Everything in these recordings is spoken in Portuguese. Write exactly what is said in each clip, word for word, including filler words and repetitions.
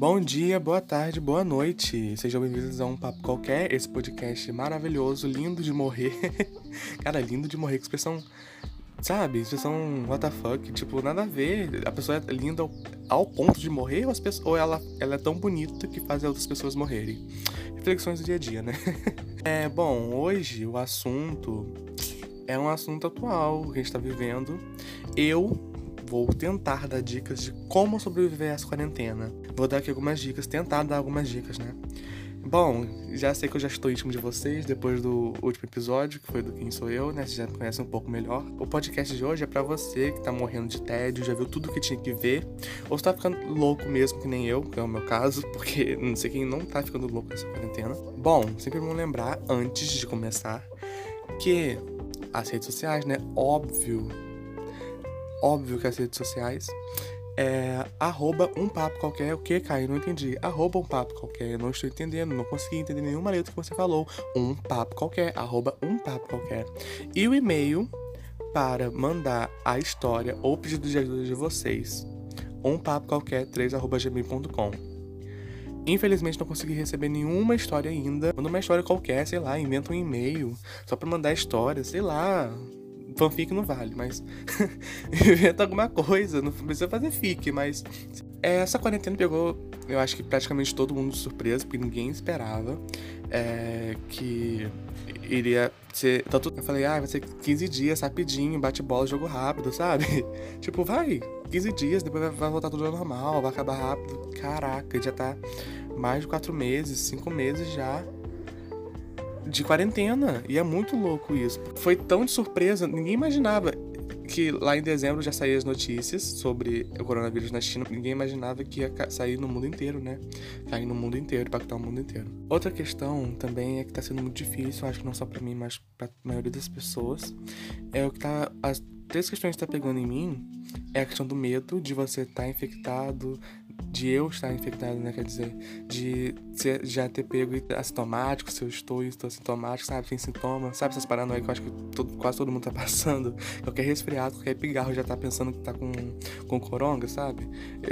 Bom dia, boa tarde, boa noite. Sejam bem-vindos a Um Papo Qualquer, esse podcast maravilhoso, lindo de morrer. Cara, lindo de morrer, que expressão, sabe? Expressão what the fuck, tipo, nada a ver. A pessoa é linda ao, ao ponto de morrer ou, as pessoas, ou ela, ela é tão bonita que faz outras pessoas morrerem? Reflexões do dia a dia, né? É, bom, hoje o assunto é um assunto atual que a gente tá vivendo. Eu vou tentar dar dicas de como sobreviver a essa quarentena. Vou dar aqui algumas dicas, tentar dar algumas dicas, né? Bom, já sei que eu já estou íntimo de vocês depois do último episódio, que foi do Quem Sou Eu, né? Vocês já me conhecem um pouco melhor. O podcast de hoje é pra você que tá morrendo de tédio, já viu tudo que tinha que ver, ou você tá ficando louco mesmo, que nem eu, que é o meu caso, porque não sei quem não tá ficando louco nessa quarentena. Bom, sempre vamos lembrar, antes de começar, que as redes sociais, né? Óbvio, óbvio que as redes sociais é arroba um papo qualquer. O que, Caio? Não entendi. Arroba um papo qualquer. Eu não estou entendendo, não consegui entender nenhuma letra que você falou. Um papo qualquer. Arroba um papo qualquer. E o e-mail para mandar a história ou pedido de ajuda de vocês. um papo qualquer três arroba gmail ponto com. Infelizmente não consegui receber nenhuma história ainda. Manda uma história qualquer, sei lá, inventa um e-mail só pra mandar história, sei lá. Fanfic não vale, mas inventa alguma coisa, não precisa fazer fic, mas essa quarentena pegou, eu acho que praticamente todo mundo de surpresa, porque ninguém esperava é, que iria ser, tanto eu falei, ah, vai ser quinze dias, rapidinho, bate bola, jogo rápido, sabe? Tipo, vai, quinze dias, depois vai voltar tudo ao normal, vai acabar rápido. Caraca, já tá mais de quatro meses, cinco meses já de quarentena, e é muito louco isso. Foi tão de surpresa, ninguém imaginava que lá em dezembro já saíam as notícias sobre o coronavírus na China. Ninguém imaginava que ia sair no mundo inteiro, né? Cair no mundo inteiro, impactar o mundo inteiro. Outra questão também é que tá sendo muito difícil, acho que não só pra mim, mas pra maioria das pessoas. É o que tá... As três questões que tá pegando em mim é a questão do medo de você estar infectado, de eu estar infectado, né, quer dizer, de ser, já ter pego assintomático, se eu estou, estou assintomático, sabe, sem sintoma, sabe essas paranoias que eu acho que todo, quase todo mundo tá passando, qualquer resfriado, qualquer pigarro já tá pensando que tá com, com coronga, sabe,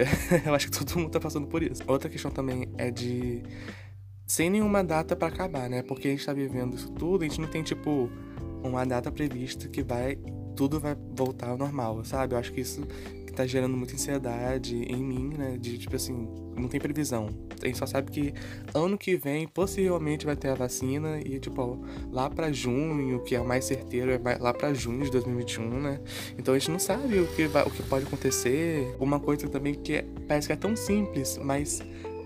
eu acho que todo mundo tá passando por isso. Outra questão também é de, sem nenhuma data pra acabar, né, porque a gente tá vivendo isso tudo, a gente não tem, tipo, uma data prevista que vai, tudo vai voltar ao normal, sabe, eu acho que isso tá gerando muita ansiedade em mim, né, de tipo assim, não tem previsão. A gente só sabe que ano que vem possivelmente vai ter a vacina e tipo, ó, lá pra junho, que é o mais certeiro, é lá pra junho de dois mil e vinte e um, né, então a gente não sabe o que, vai, o que pode acontecer. Uma coisa também que é, parece que é tão simples, mas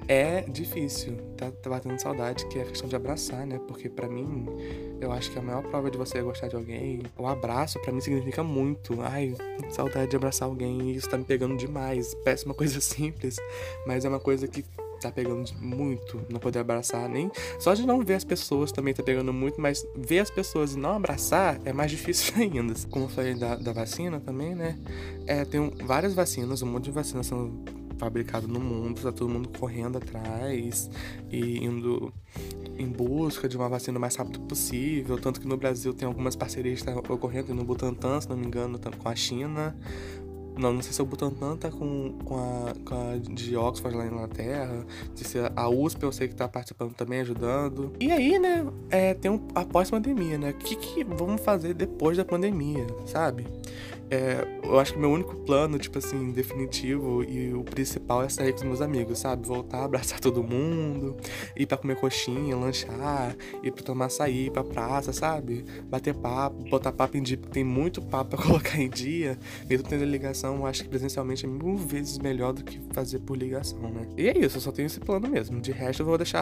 é difícil, tá, tá batendo saudade, que é a questão de abraçar, né, porque pra mim, eu acho que a maior prova de você gostar de alguém, o abraço pra mim significa muito. Ai, saudade de abraçar alguém, e isso tá me pegando demais. Parece uma coisa simples, mas é uma coisa que tá pegando muito, não poder abraçar nem... Só de não ver as pessoas também tá pegando muito, mas ver as pessoas e não abraçar é mais difícil ainda. Como eu falei da, da vacina também, né, é, tem um, várias vacinas, um monte de vacinas são fabricado no mundo, tá todo mundo correndo atrás e indo em busca de uma vacina o mais rápido possível, tanto que no Brasil tem algumas parcerias que estão ocorrendo no Butantan, se não me engano, com a China. Não, não sei se o Butantan tá com, com, a, com a de Oxford lá na Inglaterra, se a U S P eu sei que tá participando também, ajudando. E aí, né, é, tem um após pandemia, né, o que que vamos fazer depois da pandemia, sabe? É, eu acho que meu único plano, tipo assim, definitivo e o principal é sair com os meus amigos, sabe? Voltar, abraçar todo mundo, ir pra comer coxinha, lanchar, ir pra tomar açaí, ir pra praça, sabe? Bater papo, botar papo em dia, porque tem muito papo pra colocar em dia. Mesmo tendo ligação, eu acho que presencialmente é mil vezes melhor do que fazer por ligação, né? E é isso, eu só tenho esse plano mesmo. De resto, eu vou deixar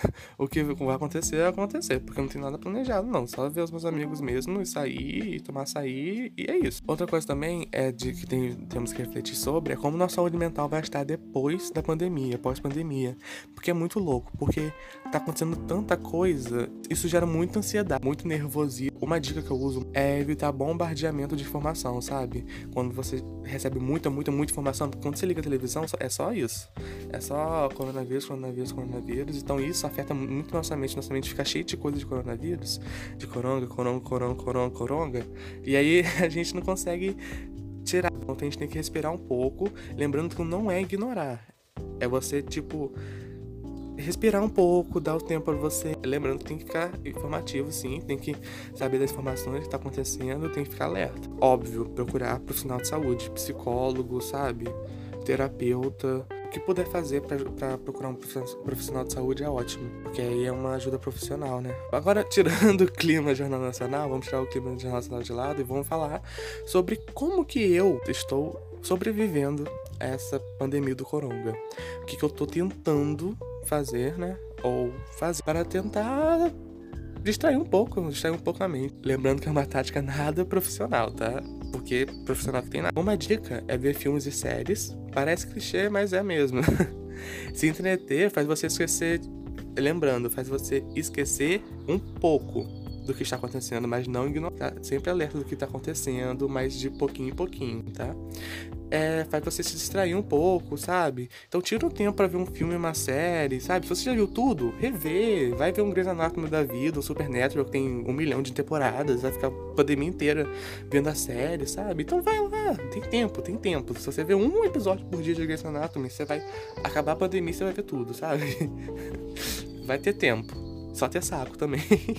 o que vai acontecer, vai acontecer, porque eu não tenho nada planejado, não. Só ver os meus amigos mesmo e sair, e tomar açaí, e é isso. Outra coisa também é de que tem, temos que refletir sobre é como nossa saúde mental vai estar depois da pandemia, pós-pandemia, porque é muito louco, porque tá acontecendo tanta coisa, isso gera muita ansiedade, muito nervosismo. Uma dica que eu uso é evitar bombardeamento de informação, sabe? Quando você recebe muita, muita, muita informação, porque quando você liga a televisão é só isso, é só coronavírus, coronavírus, coronavírus, então isso afeta muito nossa mente, nossa mente fica cheia de coisa de coronavírus, de coronga, coronga, coronga, coronga, coronga, e aí a gente não consegue tirar. Então a gente tem que respirar um pouco, lembrando que não é ignorar, É você, tipo, respirar um pouco, dar o tempo pra você. Lembrando que tem que ficar informativo, sim. Tem que saber das informações que tá acontecendo, tem que ficar alerta. Óbvio, procurar profissional de saúde, psicólogo, sabe? Terapeuta. O que puder fazer pra, pra procurar um profissional de saúde é ótimo. Porque aí é uma ajuda profissional, né? Agora, tirando o clima Jornal Nacional, vamos tirar o clima do Jornal Nacional de lado e vamos falar sobre como que eu estou sobrevivendo a essa pandemia do coronga. O que que eu tô tentando fazer, né? Ou fazer para tentar distrair um pouco, distrair um pouco a mente. Lembrando que é uma tática nada profissional, tá? Porque profissional que tem nada. Uma dica é ver filmes e séries. Parece clichê, mas é mesmo. Se entreter faz você esquecer. Lembrando, faz você esquecer um pouco do que está acontecendo, mas não ignorar. Sempre alerta do que está acontecendo, mas de pouquinho em pouquinho, tá? É, faz você se distrair um pouco, sabe? Então tira um tempo pra ver um filme, uma série, sabe? Se você já viu tudo, rever. Vai ver um Grey's Anatomy da vida, um Supernatural que tem um milhão de temporadas, vai ficar a pandemia inteira vendo a série, sabe? Então vai lá, tem tempo, tem tempo. Se você ver um episódio por dia de Grey's Anatomy, você vai acabar a pandemia e você vai ver tudo, sabe? Vai ter tempo. Só ter saco também.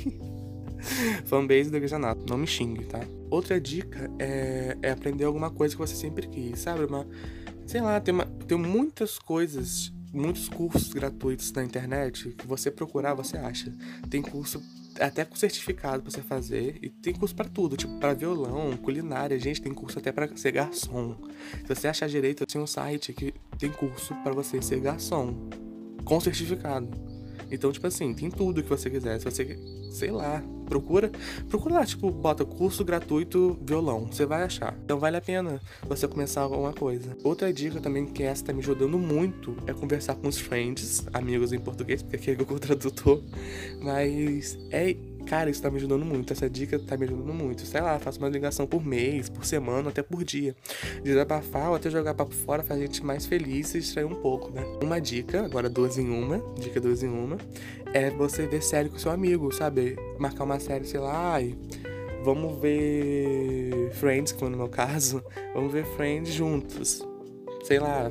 Fanbase do Grey's Anatomy, não me xingue, tá? Outra dica é, é aprender alguma coisa que você sempre quis, sabe? Uma, sei lá, tem, uma, tem muitas coisas, muitos cursos gratuitos na internet que você procurar, você acha. Tem curso até com certificado pra você fazer e tem curso pra tudo, tipo pra violão, culinária, gente, tem curso até pra ser garçom. Se você achar direito, tem um site que tem curso pra você ser garçom com certificado. Então, tipo assim, tem tudo que você quiser. Se você, sei lá, procura, procura lá, tipo, bota curso gratuito violão, você vai achar. Então vale a pena você começar alguma coisa. Outra dica também, que essa tá me ajudando muito, é conversar com os friends, amigos em português, porque aqui é Google Tradutor. Mas é... Cara, isso tá me ajudando muito, essa dica tá me ajudando muito. Sei lá, faço uma ligação por mês, por semana, até por dia. Desabafar ou até jogar papo fora faz a gente mais feliz e distrair um pouco, né? Uma dica, agora duas em uma, dica duas em uma, é você ver série com seu amigo, sabe? Marcar uma série, sei lá, ai, vamos ver Friends, que foi no meu caso, vamos ver Friends juntos. Sei lá.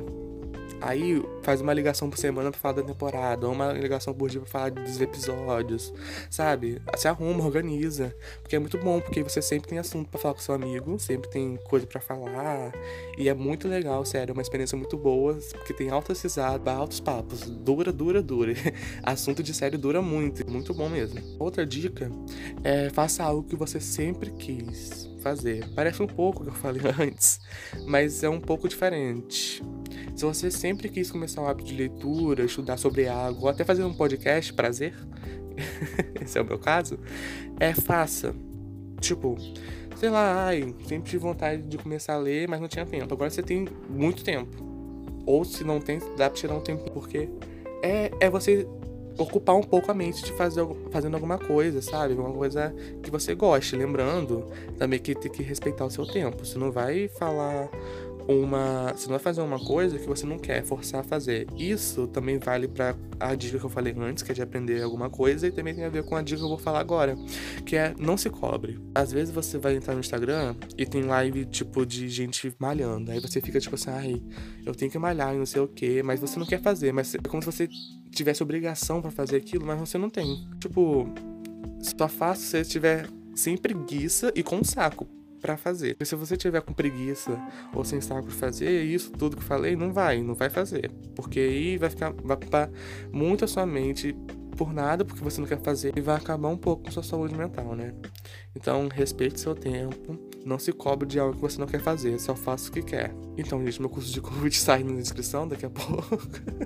Aí faz uma ligação por semana pra falar da temporada, ou uma ligação por dia pra falar dos episódios, sabe? Se arruma, organiza, porque é muito bom, porque você sempre tem assunto pra falar com seu amigo, sempre tem coisa pra falar, e é muito legal, sério, é uma experiência muito boa, porque tem altas risadas, altos papos, dura, dura, dura. Assunto de série dura muito, muito bom mesmo. Outra dica é faça algo que você sempre quis fazer. Parece um pouco o que eu falei antes, mas é um pouco diferente. Se você sempre quis começar um hábito de leitura, estudar sobre algo, ou até fazer um podcast, prazer, esse é o meu caso, é faça. Tipo, sei lá, ai, sempre tive vontade de começar a ler, mas não tinha tempo. Agora você tem muito tempo. Ou se não tem, dá pra tirar um tempo, porque é, é você ocupar um pouco a mente de fazer fazendo alguma coisa, sabe? Uma coisa que você goste. Lembrando também que tem que respeitar o seu tempo. Você não vai falar uma... Você não vai fazer uma coisa que você não quer forçar a fazer. Isso também vale pra a dica que eu falei antes, que é de aprender alguma coisa, e também tem a ver com a dica que eu vou falar agora, que é não se cobre. Às vezes você vai entrar no Instagram e tem live, tipo, de gente malhando. Aí você fica tipo assim, ai, eu tenho que malhar e não sei o quê, mas você não quer fazer. Mas é como se você tivesse obrigação pra fazer aquilo, mas você não tem. Tipo, só faça se você estiver sem preguiça e com saco pra fazer. Porque se você tiver com preguiça ou sem saco pra fazer, isso tudo que eu falei, não vai, não vai fazer. Porque aí vai ficar, vai ocupar muito a sua mente por nada, porque você não quer fazer, e vai acabar um pouco com sua saúde mental, né? Então, respeite seu tempo, não se cobre de algo que você não quer fazer, só faça o que quer. Então, gente, meu curso de coach sai na descrição daqui a pouco.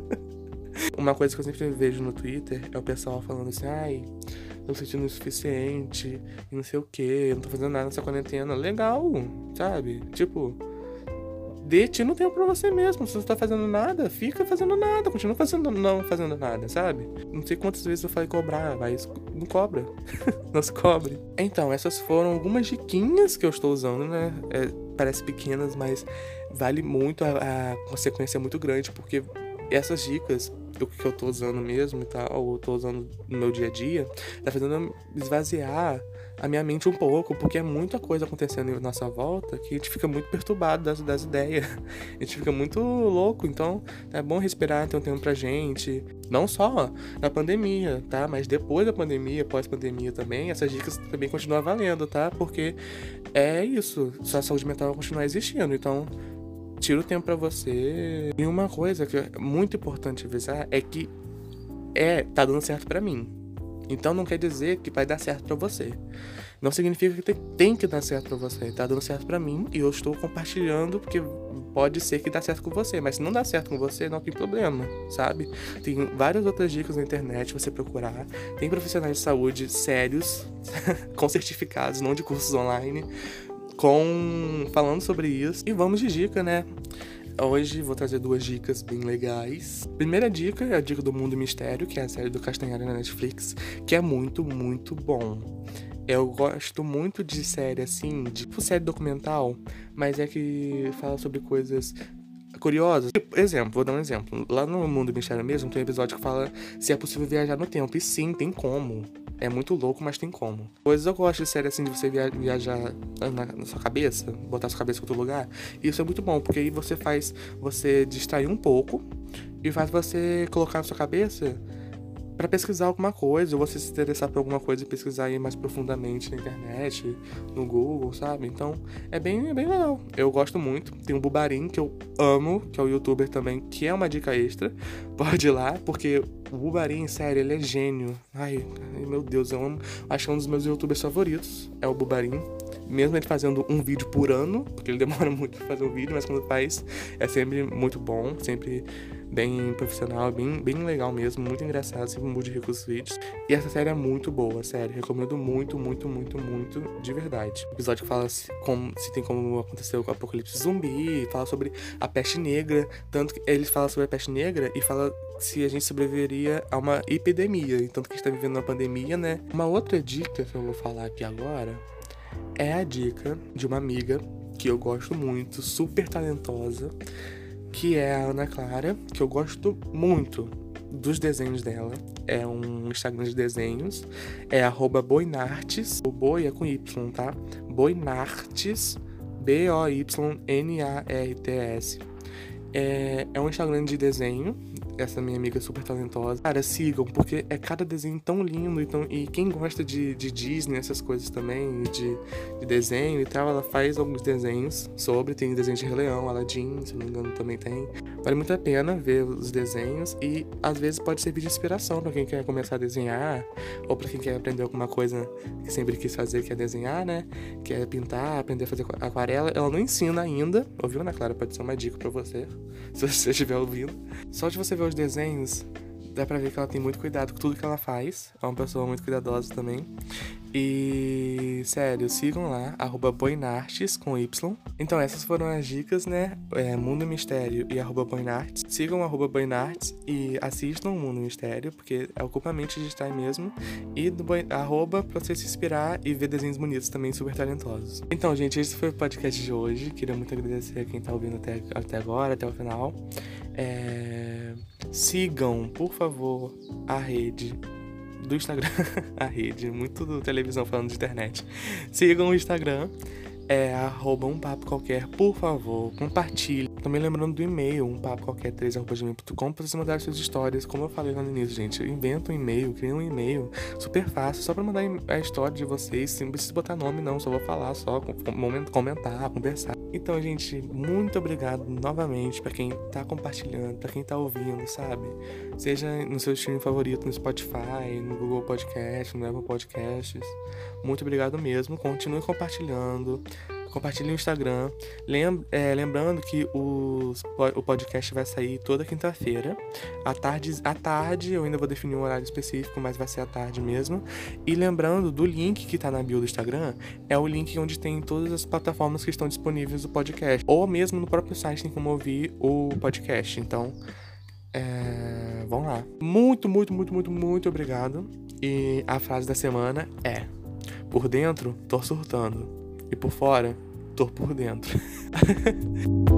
Uma coisa que eu sempre vejo no Twitter é o pessoal falando assim, ai, tô me sentindo insuficiente, e não sei o que, não tô fazendo nada nessa quarentena. Legal, sabe? Tipo, dê tira um tempo pra você mesmo. Se você não tá fazendo nada, fica fazendo nada, continua fazendo, não fazendo nada, sabe? Não sei quantas vezes eu falei cobrar, mas não cobra. Não se cobre. Então, essas foram algumas diquinhas que eu estou usando, né? É, parece pequenas, mas vale muito, a, a consequência é muito grande, porque essas dicas o que eu tô usando mesmo e tal, ou tô usando no meu dia a dia, tá fazendo eu esvaziar a minha mente um pouco, porque é muita coisa acontecendo à nossa volta que a gente fica muito perturbado das, das ideias. A gente fica muito louco, então é bom respirar, ter um tempo pra gente. Não só na pandemia, tá? Mas depois da pandemia, pós-pandemia também, essas dicas também continuam valendo, tá? Porque é isso, sua saúde mental vai continuar existindo, então tira o tempo pra você. E uma coisa que é muito importante avisar é que é, tá dando certo pra mim. Então não quer dizer que vai dar certo pra você. Não significa que tem que dar certo pra você. Tá dando certo pra mim e eu estou compartilhando porque pode ser que dá certo com você. Mas se não dá certo com você, não tem problema, sabe? Tem várias outras dicas na internet pra você procurar. Tem profissionais de saúde sérios, com certificados, não de cursos online, com falando sobre isso. E vamos de dica, né? Hoje vou trazer duas dicas bem legais. Primeira dica é a dica do Mundo Mistério, que é a série do Castanhari na Netflix, que é muito, muito bom. Eu gosto muito de série assim, de tipo série documental, mas é que fala sobre coisas curiosas. Tipo, exemplo, vou dar um exemplo. Lá no Mundo Mistério mesmo tem um episódio que fala se é possível viajar no tempo. E sim, tem como. É muito louco, mas tem como. Coisas eu gosto de série assim, de você via- viajar na, na sua cabeça, botar sua cabeça em outro lugar. E isso é muito bom, porque aí você faz você distrair um pouco e faz você colocar na sua cabeça pra pesquisar alguma coisa, ou você se interessar por alguma coisa e pesquisar aí mais profundamente na internet, no Google, sabe? Então, é bem, é bem legal. Eu gosto muito. Tem o Bubarim, que eu amo, que é o youtuber também, que é uma dica extra. Pode ir lá, porque o Bubarim, sério, ele é gênio. Ai, ai, meu Deus, eu amo. Acho que é um dos meus youtubers favoritos, é o Bubarim. Mesmo ele fazendo um vídeo por ano, porque ele demora muito pra fazer um vídeo, mas quando faz, é sempre muito bom, sempre bem profissional, bem, bem legal mesmo, muito engraçado, sempre muda de rico os vídeos. E essa série é muito boa, sério, recomendo muito, muito, muito, muito, de verdade. O episódio que fala se, como, se tem como acontecer o apocalipse zumbi, fala sobre a peste negra, tanto que eles falam sobre a peste negra e fala se a gente sobreviveria a uma epidemia, tanto que a gente tá vivendo uma pandemia, né? Uma outra dica que eu vou falar aqui agora é a dica de uma amiga que eu gosto muito, super talentosa, que é a Ana Clara, que eu gosto muito dos desenhos dela. É um Instagram de desenhos, é arroba boinartes, o boi é com Y, tá? Boinartes, B O Y N A R T S. É, é um Instagram de desenho, essa minha amiga super talentosa. Cara, sigam, porque é cada desenho tão lindo. Então, e quem gosta de, de Disney, essas coisas também, de, de desenho e tal, ela faz alguns desenhos sobre. Tem desenho de Rei Leão, Aladdin, se não me engano, também tem. Vale muito a pena ver os desenhos e às vezes pode servir de inspiração pra quem quer começar a desenhar, ou pra quem quer aprender alguma coisa que sempre quis fazer, que é desenhar, né? Quer pintar, aprender a fazer aquarela. Ela não ensina ainda, ouviu, Ana Clara? Pode ser uma dica pra você, se você estiver ouvindo. Só de você ver os desenhos, dá pra ver que ela tem muito cuidado com tudo que ela faz. É uma pessoa muito cuidadosa também. E, sério, sigam lá, arroba boinartes, com Y. Então, essas foram as dicas, né? É, Mundo Mistério e arroba boinartes. Sigam arroba boinartes e assistam o Mundo Mistério, porque ocupa a mente digital mesmo. E do boi, arroba pra você se inspirar e ver desenhos bonitos também, super talentosos. Então, gente, esse foi o podcast de hoje. Queria muito agradecer a quem tá ouvindo até, até agora, até o final. É... Sigam, por favor, a rede do Instagram, a rede, muito do televisão falando de internet. Sigam o Instagram, é arroba um papo qualquer, por favor, compartilhe. Também lembrando do e-mail, um papo qualquer três arroba gmail ponto com, pra vocês mandarem suas histórias. Como eu falei lá no início, gente, inventa um e-mail, cria um e-mail, super fácil, só pra mandar a história de vocês, não precisa botar nome não, só vou falar, só comentar, conversar. Então, gente, muito obrigado novamente pra quem tá compartilhando, pra quem tá ouvindo, sabe? Seja no seu stream favorito, no Spotify, no Google Podcast, no Apple Podcasts. Muito obrigado mesmo, continue compartilhando. Compartilhe no Instagram. Lem- é, lembrando que os, o podcast vai sair toda quinta-feira. À tarde, à tarde, eu ainda vou definir um horário específico, mas vai ser à tarde mesmo. E lembrando do link que tá na bio do Instagram, é o link onde tem todas as plataformas que estão disponíveis do podcast. Ou mesmo no próprio site tem como ouvir o podcast. Então, é, vão lá. Muito, muito, muito, muito, muito obrigado. E a frase da semana é: por dentro, tô surtando. E por fora, tô por dentro.